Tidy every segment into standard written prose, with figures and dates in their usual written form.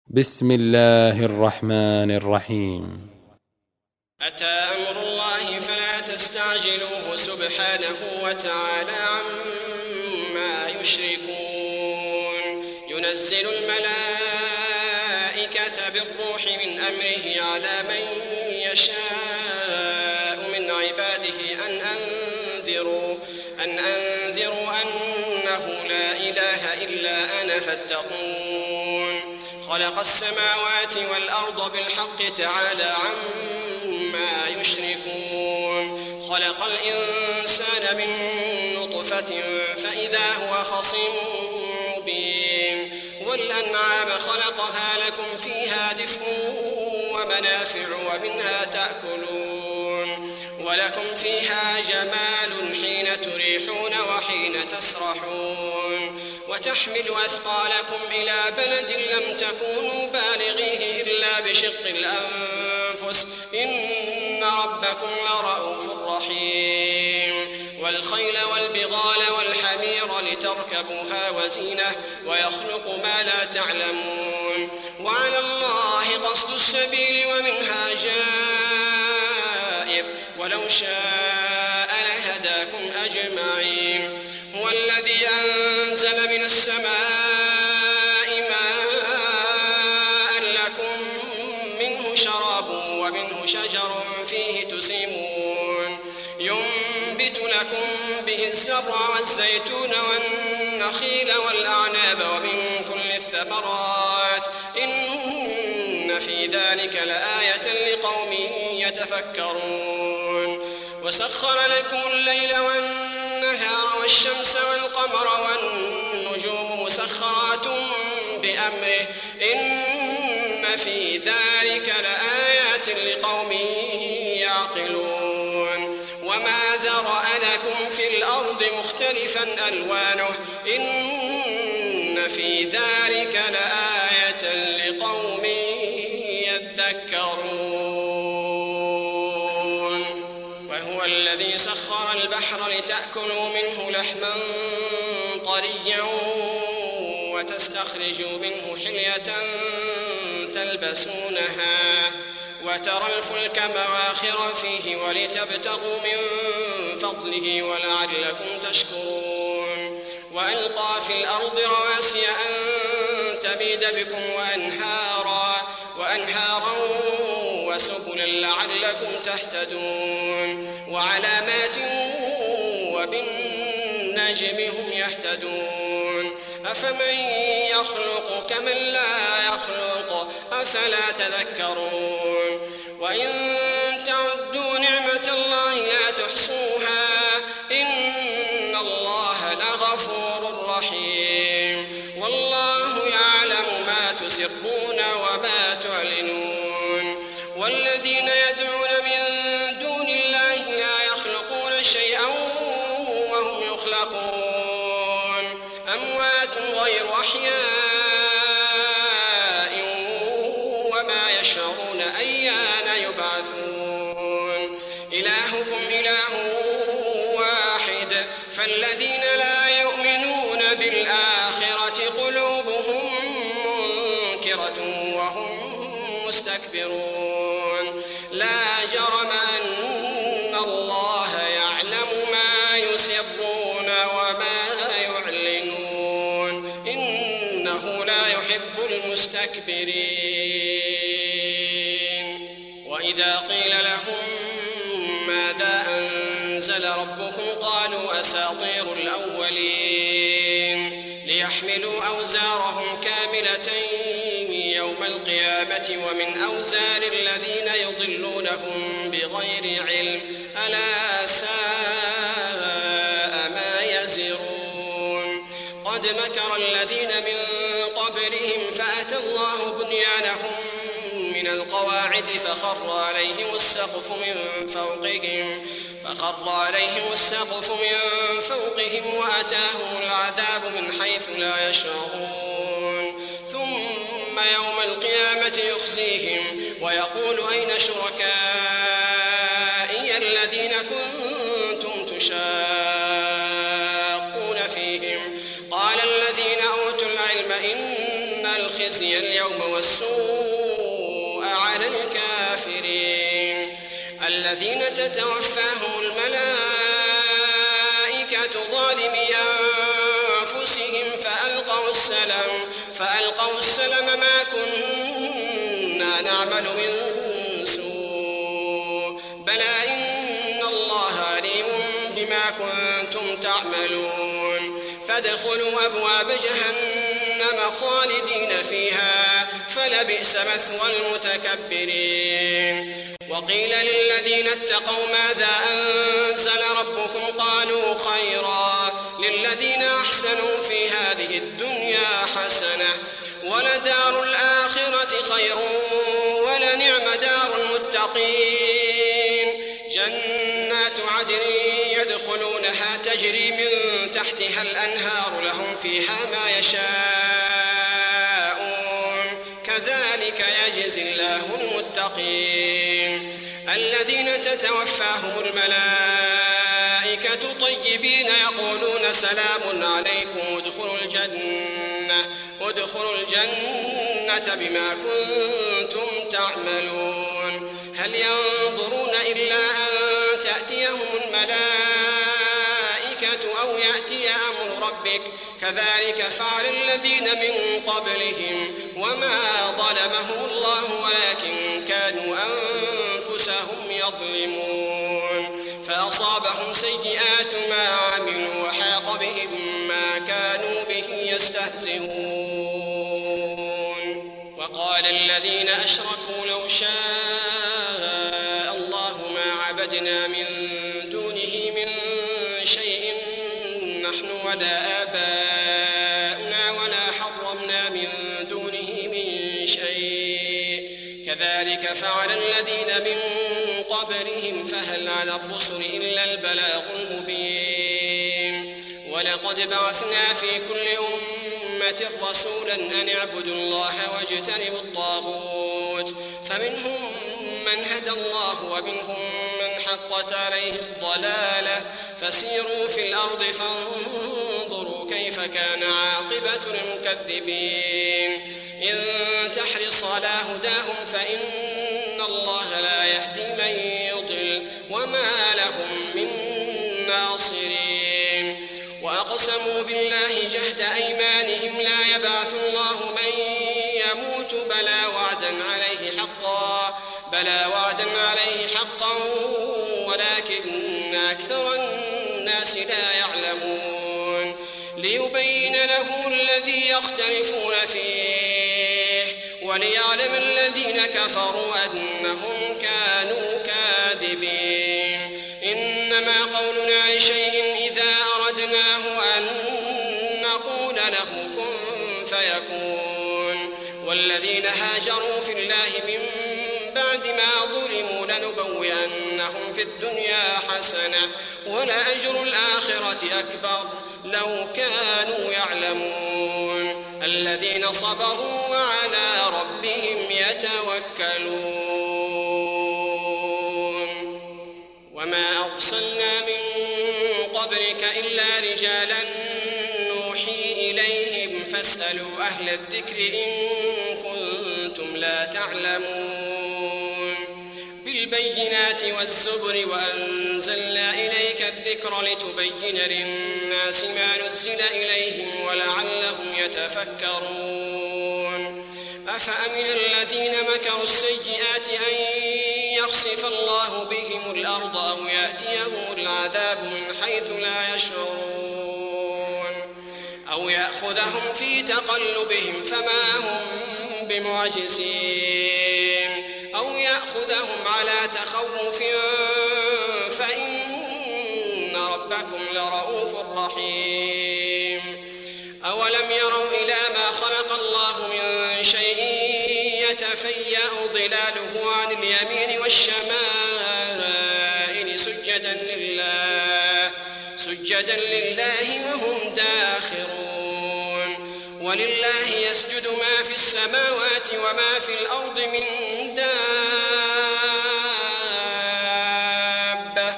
بسم الله الرحمن الرحيم. أتى أمر الله فلا تستعجلوه سبحانه وتعالى عما يشركون. ينزل الملائكة بالروح من أمره على من يشاء من عباده أن أنذروا أنه لا إله إلا أنا فاتقون. خلق السماوات والأرض بالحق تعالى عما يشركون. خلق الإنسان من نطفة فإذا هو خصيم مبين. والأنعام خلقها لكم فيها دفء ومنافع ومنها تأكلون ولكم فيها جمال حين تريحون وحين تسرحون. وتحمل أثقالكم إلى بلد لم تكونوا بالغيه إلا بشق الأنفس إن ربكم لرؤوف رحيم. والخيل والبغال والحمير لتركبوها وزينة ويخلق ما لا تعلمون. وعلى الله قصد السبيل ومنها جائر ولو شاء لهداكم أجمعين. هو الذي أنزل من السماء ماء لكم منه شراب ومنه شجر فيه تسيمون. ينبت لكم به الزرع والزيتون والنخيل والأعناب ومن كل الثمرات إن في ذلك لآية لقوم يتفكرون. وسخر لكم الليل والنهار والشمس والقمر والنجوم مسخرات بأمره إن في ذلك لآيات لقوم يعقلون. وما ذرأ لكم في الأرض مختلفا ألوانه إن في ذلك لآية لقوم يذكرون. وهو الذي سخر البحر لتأكلوا منه لحما طريا وتستخرجوا منه حلية تلبسونها وترى الفلك مواخر فيه ولتبتغوا من فضله ولعلكم تشكرون. وألقى في الأرض رواسي أن تميد بكم وأنهارا وسبلا لعلكم تهتدون. وعلامات وبالنجم هم يهتدون. أفمن يخلق كمن لا يخلق أفلا تذكرون. وإن تعدوا نعمة الله لا تحصوها إن الله لغفور رحيم. والله يعلم ما تسرون وما تعلنون. والذين يدعون من دون الله لا يخلقون شيئا وهم يخلقون أموات غير أحياء وما يشعرون أيان يبعثون. إلهكم إله واحد فالذين لا يؤمنون بالآخرة قلوبهم منكرة وهم مستكبرون. لا جرم أن الله يعلم ما يسرون وما يعلنون إنه لا يحب المستكبرين. وإذا قيل لهم ماذا أنزل ربكم قالوا أساطير الأولين ليحملوا أوزارهم كاملة يوم القيامة ومن أوزار الذين يضلونهم بغير علم ألا ساء ما يزرون. قد مكر الذين من قبلهم فأتى الله بنيانهم من القواعد فخر عليهم السقف من فوقهم وأتاهم العذاب من حيث لا يشعرون. ثم يوم القيامة يخزيهم ويقول أين شركائي الذين كنتم تشاقون فيهم قال الذين أوتوا العلم إن الخزي اليوم والسوء السوء على الكافرين. الذين تتوفاهم الملائكة ظالمي أنفسهم فألقوا السلم ما كنا نعمل من سوء بلى إن الله عليم بما كنتم تعملون. فادخلوا أبواب جهنم خالدين فيها فلبئس مثوى المتكبرين. وقيل للذين اتقوا ماذا أنزل ربكم قالوا خيرا للذين أحسنوا في هذه الدنيا حسنة ولدار الآخرة خير ولنعم دار المتقين. جنات عدن يدخلونها تجري من تحتها الأنهار لهم فيها ما يشاءون كذلك يجزي الله المتقين. الذين تتوفاهم الملائكة طيبين يقولون سلام عليكم ادخلوا الجنة بما كنتم تعملون. هل ينظرون إلا أن تأتيهم الملائكة أو يأتي أمر ربك كذلك فعل الذين من قبلهم وما ظلمهم الله ولكن كانوا أنفسهم يظلمون. فأصابهم سيئات ما عملوا وحاق بهم ما كانوا به يستهزئون. وقال الذين أشركوا لو شاء الله ما عبدنا من دونه من شيء نحن ولا آباؤنا ولا حرمنا من دونه من شيء كذلك فعل الذين من قبلهم فهل على الرسل إلا البلاغ المبين. ولقد بعثنا في كل أمة رسولا أن اعبدوا الله واجتنبوا الطاغوت فمنهم من هدى الله ومنهم من حقت عليه الضلالة فسيروا في الأرض فانظروا كيف كان عاقبة المكذبين. إن تحرص على هداهم فإن الله لا يهدي من يضل وما لهم من ناصرين. وأقسموا بالله جهد أيمانهم لا يبعث الله من يموت بلى وعدا عليه حقا ولكن أكثر الناس لا يعلمون. ليبين له الذي يختلفون فيه وليعلم الذين كفروا أنهم كانوا كاذبين. إنما قولنا لشيء إذا أردناه أن نقول له كن فيكون. والذين هاجروا في الله من بعد ما ظلموا لنبوئنهم في الدنيا حسنة ولأجر الآخرة أكبر لو كانوا يعلمون. الذين صبروا وعلى ربهم يتوكلون. وما أرسلنا من قبلك إلا رجالا نوحي إليهم فاسألوا أهل الذكر إن كنتم لا تعلمون. بالبينات والزبر وأنزلنا إليك الذكر لتبين للناس ما نزل إليهم ولعلهم يتفكرون. أفأمن الذين مكروا السيئات أن يخسف الله بهم الأرض أو يأتيهم العذاب من حيث لا يشعرون أو يأخذهم في تقلبهم فما هم بمعجزين أو يأخذهم على تخوف فإن ربكم لرؤوف رحيم. أولم يروا إلى ما خلق الله من شيء يتفيأ ظلاله عن اليمين والشمائل سجدا لله وهم داخرون. ولله يسجد ما في السماوات وما في الأرض من دابة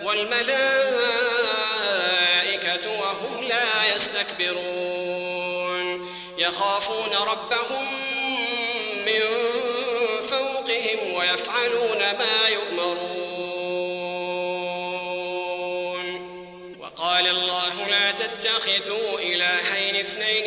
والملائكة وهم لا يستكبرون. يخافون ربهم من فوقهم ويفعلون ما يؤمرون. وقال الله لا تتخذوا إلهين اثنين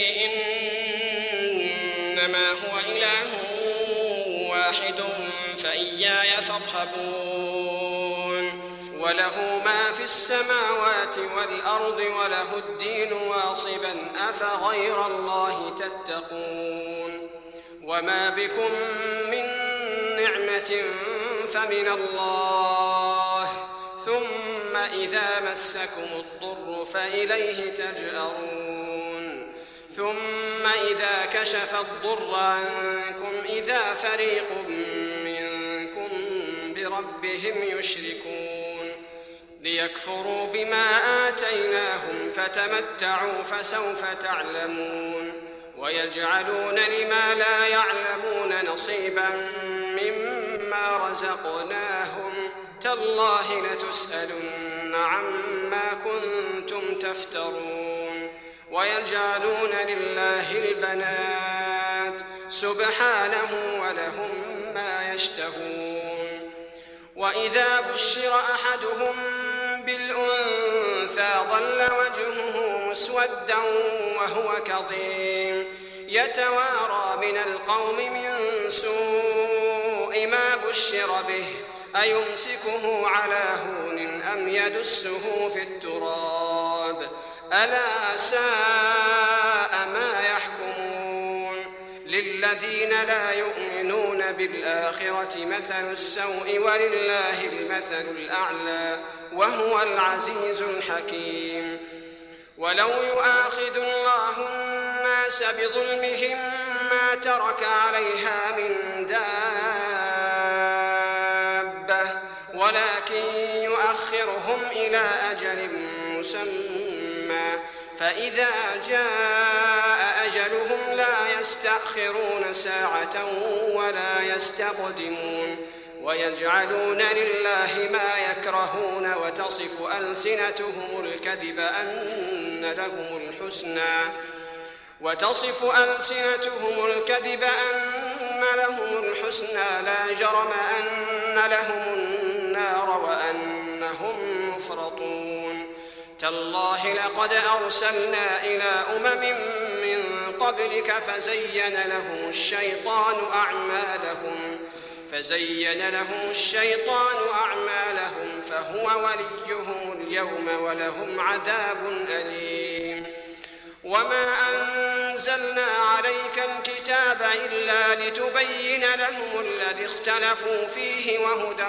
إنما هو إله واحد فإياي فارهبون. وله ما في السماوات والأرض وله الدين واصبا أفغير الله تتقون. وما بكم من نعمة فمن الله ثم إذا مسكم الضر فإليه تجأرون. ثم إذا كشف الضر عنكم إذا فريق منكم بربهم يشركون. ليكفروا بما آتيناهم فتمتعوا فسوف تعلمون. ويجعلون لما لا يعلمون نصيبا مما رزقناهم تالله لتسألن عما كنتم تفترون. ويجعلون لله البنات سبحانه ولهم ما يشتهون. وإذا بشر أحدهم بالأنثى ظل وجهه مسودا وهو كظيم يتوارى من القوم من سوء ما بشر به أيمسكه على هون أم يدسه في التراب ألا ساء ما يحكمون. للذين لا يؤمنون بالآخرة مثل السوء ولله المثل الأعلى وهو العزيز الحكيم. ولو يؤاخذ الله الناس بظلمهم ما ترك عليها من دابة ولكن يؤخرهم إلى أجل مسمى فإذا جاء أجلهم لا يستأخرون ساعة ولا يستقدمون. ويجعلون لله ما يكرهون وتصف ألسنتهم الكذب أن لهم الحسنى لا جرم أن لهم النار وأنهم مفرطون. تالله لقد أرسلنا إلى أمم من قبلك فزين لهم الشيطان أعمالهم فهو وليهم اليوم ولهم عذاب أليم. وما أنزلنا عليك الكتاب إلا لتبين لهم الذي اختلفوا فيه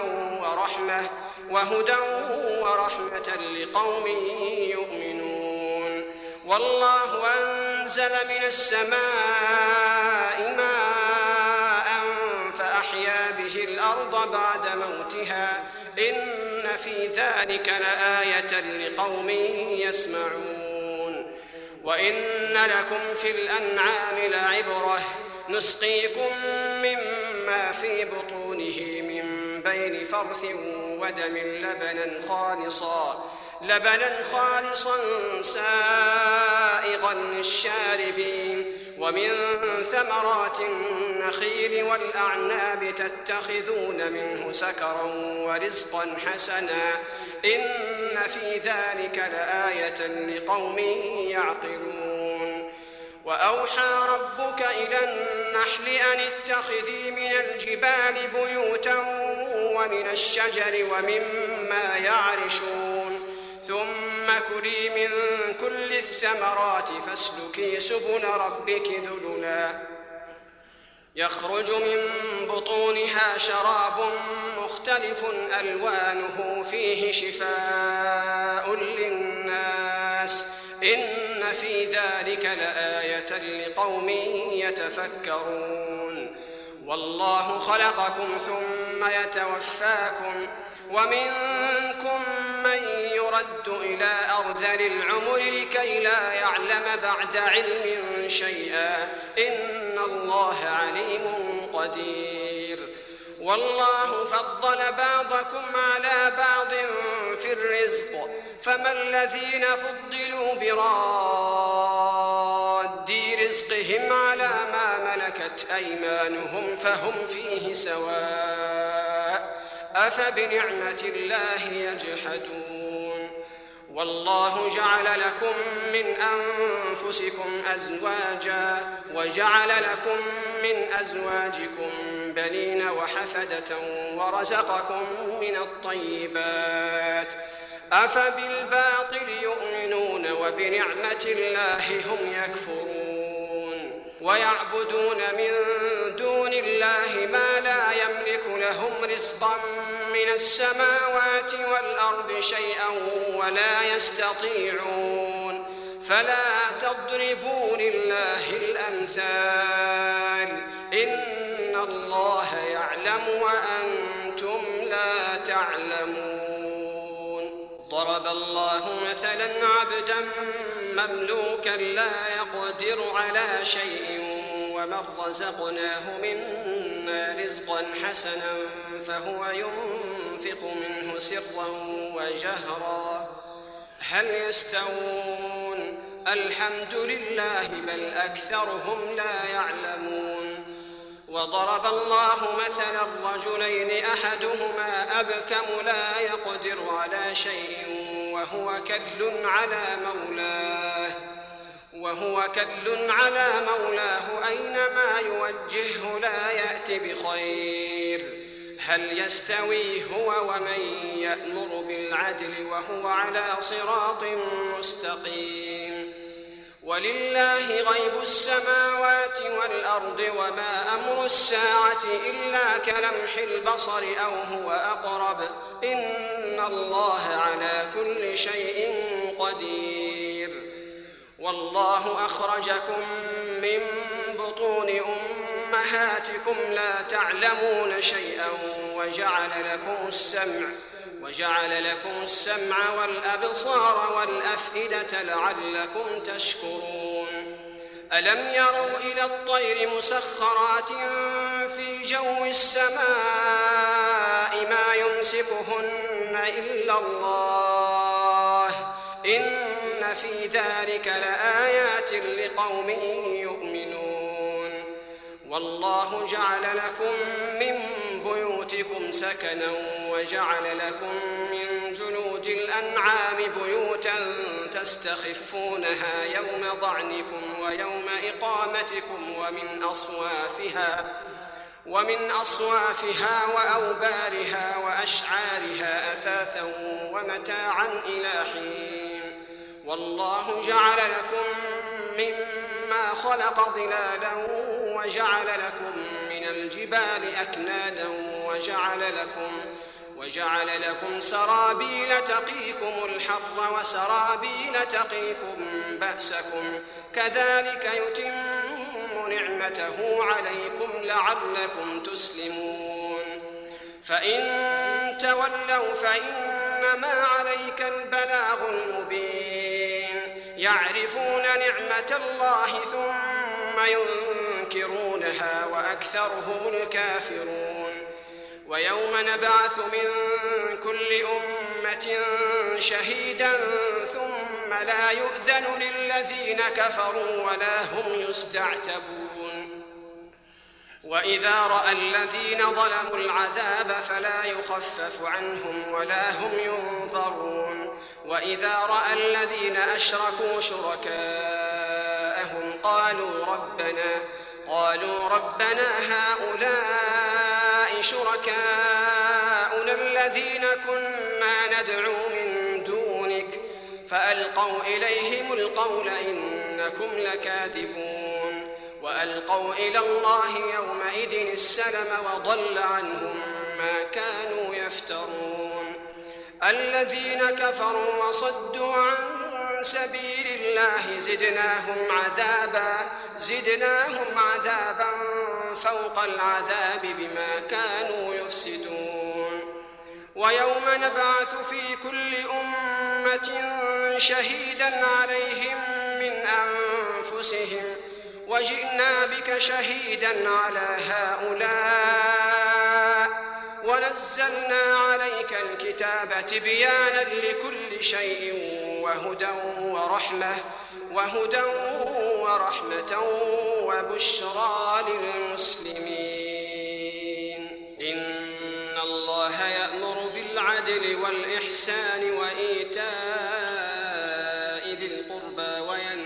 وهدى ورحمة لقوم يؤمنون. والله أنزل من السماء ماء فأحيا به الأرض بعد موتها إن في ذلك لآية لقوم يسمعون. وإن لكم في الأنعام لعبرة نسقيكم مما في بطونه من بين فرث ودم لبنا خالصا سائغا للشاربين. ومن ثمرات النخيل والأعناب تتخذون منه سكرا ورزقا حسنا إن في ذلك لآية لقوم يعقلون. وأوحى ربك إلى النحل أن اتخذي من الجبال بيوتا ومن الشجر ومما يعرشون ثم كلي من كل الثمرات فاسلكي سبل ربك ذللا يخرج من بطونها شراب مختلف ألوانه فيه شفاء للناس إن في ذلك لآية لقوم يتفكرون. والله خلقكم ثم يتوفاكم ومنكم من يرد إلى أرذل العمر لكي لا يعلم بعد علم شيئا إن الله عليم قدير. والله فضل بعضكم على بعض في الرزق فما الذين فضلوا براد رزقهم على ما ملكت ملكت أيمانهم فهم فيه سواء أفبنعمة الله يجحدون والله جعل لكم من أنفسكم أزواجا وجعل لكم من أزواجكم بنين وحفدة ورزقكم من الطيبات أفبالباطل يؤمنون وبنعمة الله هم يكفرون ويعبدون من دون الله ما لا يملك لهم رزقا من السماوات والأرض شيئا ولا يستطيعون فلا تضربوا لله الأمثال إن الله يعلم وأنتم لا تعلمون ضرب الله مثلا عبدا مملوكا لا يقدر على شيء ومن رزقناه منا رزقا حسنا فهو ينفق منه سرا وجهرا هل يستوون الحمد لله بل أكثرهم لا يعلمون وضرب الله مثلا رجلين أحدهما أبكم لا يقدر على شيء وهو كل على مولاه أينما يوجهه لا يأت بخير هل يستوي هو ومن يأمر بالعدل وهو على صراط مستقيم ولله غيب السماوات والأرض وما أمر الساعة إلا كلمح البصر أو هو أقرب إن الله على كل شيء قدير والله أخرجكم من بطون أمهاتكم لا تعلمون شيئا وجعل لكم السمع والأبصار والأفئدة لعلكم تشكرون ألم يروا إلى الطير مسخرات في جو السماء ما يمسكهن إلا الله إن في ذلك لآيات لقوم يؤمنون والله جعل لكم من بيوتكم سكنا وجعل لكم من جلود الأنعام بيوتا تستخفونها يوم ضعنكم ويوم إقامتكم ومن أصوافها وأوبارها وأشعارها أثاثا ومتاعا إلى حين والله جعل لكم مما خلق ظلالا وجعل لكم من الجبال أكنانا وجعل لكم سرابيل تقيكم الحر وسرابيل تقيكم بأسكم كذلك يتم نعمته عليكم لعلكم تسلمون فإن تولوا فإنما عليك البلاغ المبين يعرفون نعمة الله ثم ينكرونها وأكثرهم الكافرون ويوم نبعث من كل أمة شهيدا ثم لا يؤذن للذين كفروا ولا هم يستعتبون وإذا رأى الذين ظلموا العذاب فلا يخفف عنهم ولا هم ينظرون وإذا رأى الذين أشركوا شركاءهم قالوا ربنا هؤلاء شركاؤنا الذين كنا ندعو من دونك فألقوا إليهم القول إنكم لكاذبون وألقوا إلى الله يومئذ السلم وضل عنهم ما كانوا يفترون الذين كفروا وصدوا عن سبيل الله زدناهم عذابا فوق العذاب بما كانوا يفسدون ويوم نبعث في كل أمة شهيدا عليهم من أنفسهم وجئنا بك شهيدا على هؤلاء ونزلنا عليك الكتاب تبيانا لكل شيء وهدى ورحمة وبشرى للمسلمين. إن الله يأمر بالعدل والإحسان وإيتاء ذي القربى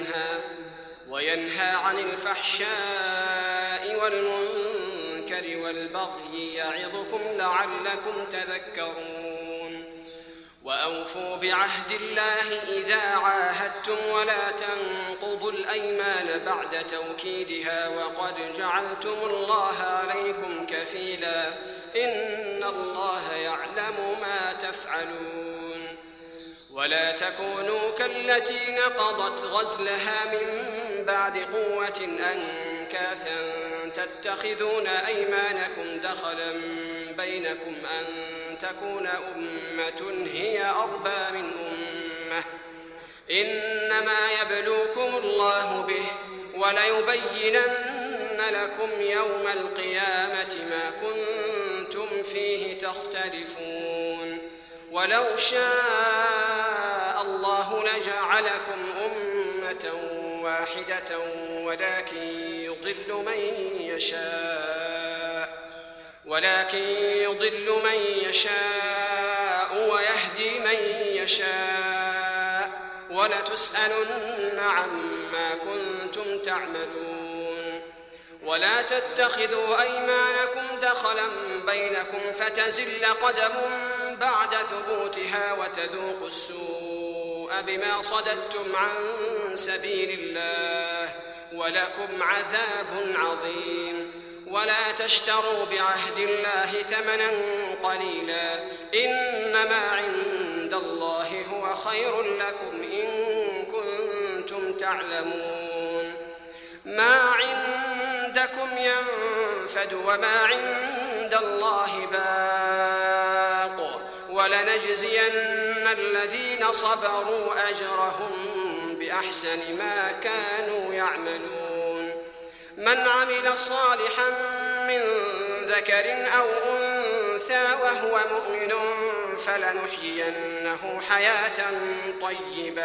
وينهى عن الفحشاء والمنكر والبغي يعظكم لعلكم تذكرون. وأوفوا بعهد الله إذا عاهدتم ولا تنقضوا الأيمان بعد توكيدها وقد جعلتم الله عليكم كفيلا إن الله يعلم ما تفعلون. ولا تكونوا كالتي نقضت غزلها من بعد قوة أنكاثا تتخذون أيمانكم دخلا بينكم أن تكون أمة هي أربى من أمة إنما يبلوكم الله به وليبينن لكم يوم القيامة ما كنتم فيه تختلفون. ولو شاء الله لجعلكم أمة واحدة ولكن يضل من يشاء ويهدي من يشاء ولتسألن عما كنتم تعملون. ولا تتخذوا أيمانكم دخلا بينكم فتزل قدم بعد ثبوتها وتذوقوا السوء بما صددتم عن سبيل الله ولكم عذاب عظيم. ولا تشتروا بعهد الله ثمنا قليلا إنما عند الله هو خير لكم إن كنتم تعلمون. ما عندكم ينفد وما عند الله باق ولنجزين الذين صبروا أجرهم بأحسن ما كانوا يعملون. من عمل صالحا من ذكر أو أنثى وهو مؤمن فلنحيينه حياة طيبة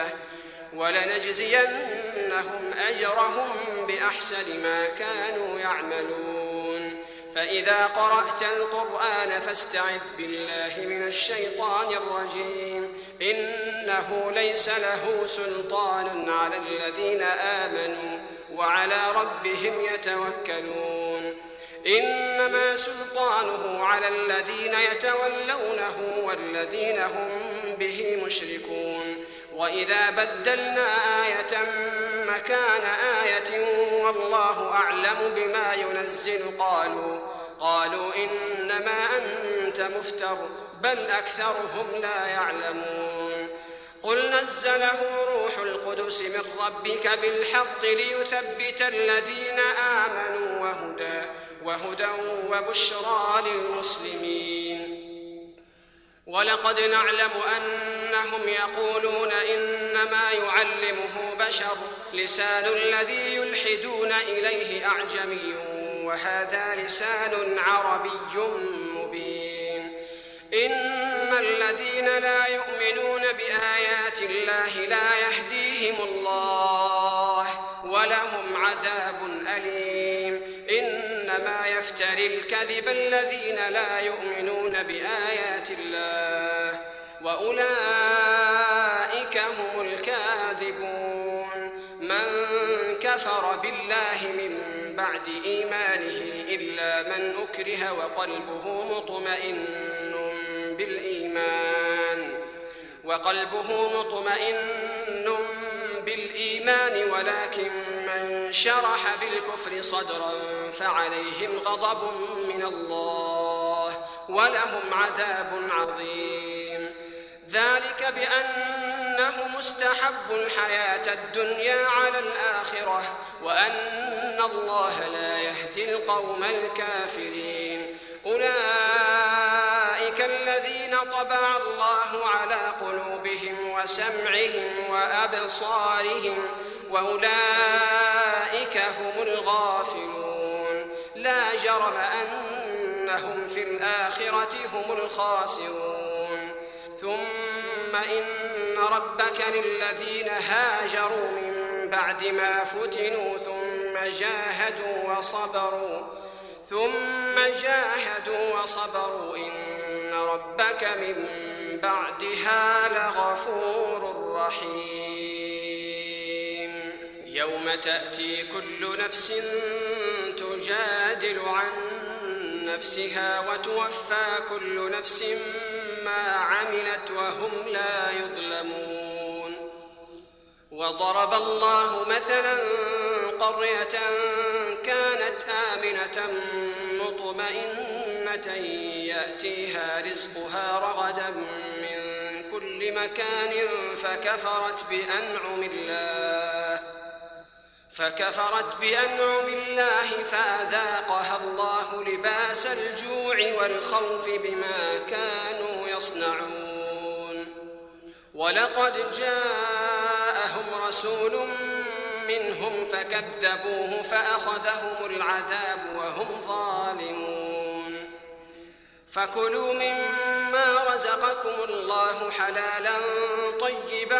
ولنجزينهم أجرهم بأحسن ما كانوا يعملون. فإذا قرأت القرآن فاستعذ بالله من الشيطان الرجيم إنه ليس له سلطان على الذين آمنوا وعلى ربهم يتوكلون. إنما سلطانه على الذين يتولونه والذين هم به مشركون. وإذا بدلنا آية مكان آية والله أعلم بما ينزل قالوا إنما أنت مفتر بل أكثرهم لا يعلمون. قل نزله روح القدس من ربك بالحق ليثبت الذين آمنوا وهدى وبشرى للمسلمين. ولقد نعلم أنهم يقولون إنما يعلمه بشر لسان الذي يلحدون إليه أعجمي وهذا لسان عربي مبين. إن الذين لا يؤمنون بآيات الله لا يهديهم الله ولهم عذاب أليم. إنما يفتري الكذب الذين لا يؤمنون بآيات الله وأولئك هم الكاذبون. من كفر بالله من بعد إيمانه إلا من أكره وقلبه مطمئن بالإيمان ولكن من شرح بالكفر صدرا فعليهم غضب من الله ولهم عذاب عظيم. ذلك بأنه مستحب الحياة الدنيا على الآخرة وأن الله لا يهدي القوم الكافرين. أولئك الذين طبع الله على قلوبهم وسمعهم وأبصارهم وأولئك هم الغافلون. لا جرم أنهم في الآخرة هم الخاسرون. ثم إن ربك للذين هاجروا من بعد ما فتنوا ثم ثم جاهدوا وصبروا إن ربك من بعدها لغفور رحيم. يوم تأتي كل نفس تجادل عن نفسها وتوفى كل نفس ما عملت وهم لا يظلمون. وضرب الله مثلا قرية كانت آمنة مطمئنة يأتيها رزقها رغدا من كل مكان فكفرت بأنعم الله فأذاقها الله لباس الجوع والخوف بما كانوا يصنعون. ولقد جاءهم رسول منهم فكذبوه فأخذهم العذاب وهم ظالمون. فكلوا مما رزقكم الله حلالا طيبا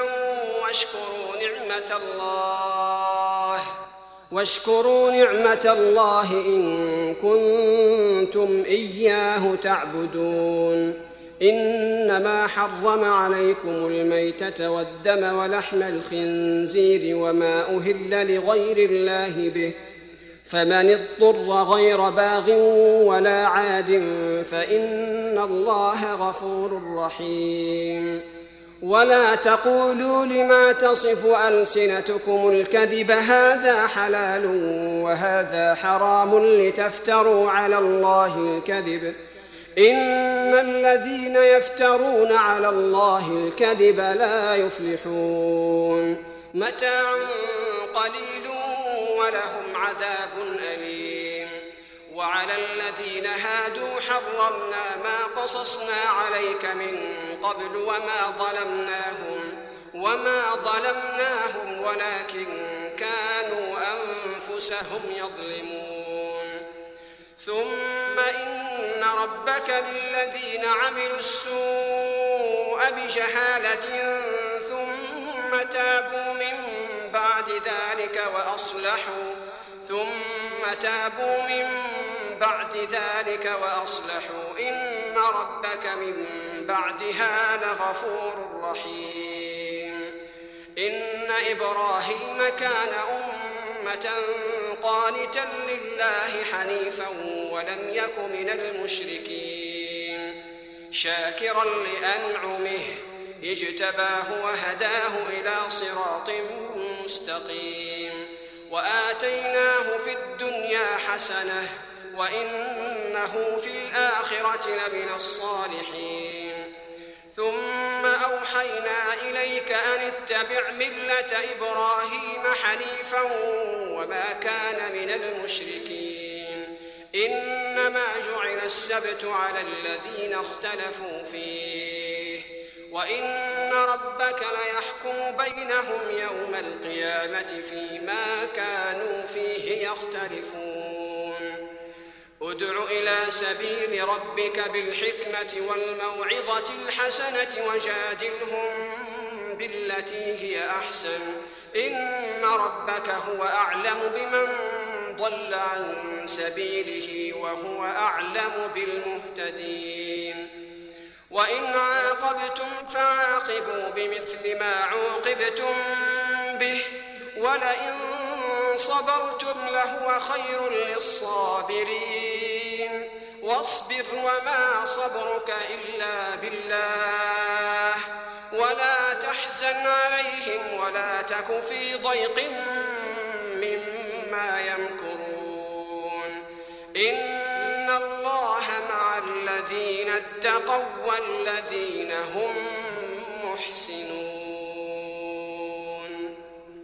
واشكروا نعمة الله إن كنتم إياه تعبدون. إنما حرم عليكم الميتة والدم ولحم الخنزير وما أهل لغير الله به، فمن اضطر غير باغ ولا عاد فإن الله غفور رحيم. ولا تقولوا لما تصف ألسنتكم الكذب هذا حلال وهذا حرام لتفتروا على الله الكذب، إن الذين يفترون على الله الكذب لا يفلحون. متاع قليل ولهم عذاب أليم. وعلى الذين هادوا حرمنا ما قصصنا عليك من قبل وما ظلمناهم ولكن كانوا أنفسهم يظلمون. ثم إن ربك للذين عملوا السوء بجهالة ثم تابوا من بعد ذلك وأصلحوا إن ربك من بعدها لغفور رحيم. إن إبراهيم كان أمة قانتا لله حنيفا ولم يك من المشركين، شاكرا لأنعمه اجتباه وهداه إلى صراط مستقيم. وآتيناه في الدنيا حسنة وإنه في الآخرة لمن الصالحين. ثم أوحينا إليك أن اتبع ملة إبراهيم حنيفا وما كان من المشركين. إنما جعل السبت على الذين اختلفوا فيه، وإن ربك ليحكم بينهم يوم القيامة فيما كانوا فيه يختلفون. ادع إلى سبيل ربك بالحكمة والموعظة الحسنة وجادلهم بالتي هي أحسن، إن ربك هو أعلم بمن ضل عن سبيله وهو أعلم بالمهتدين. وإن عاقبتم فعاقبوا بمثل ما عوقبتم به ولئن صبرتم لهو خير للصابرين. واصبر وما صبرك إلا بالله ولا تحزن عليهم ولا تك في ضيق مما يمكرون. إن الله مع الذين اتقوا والذين هم محسنون.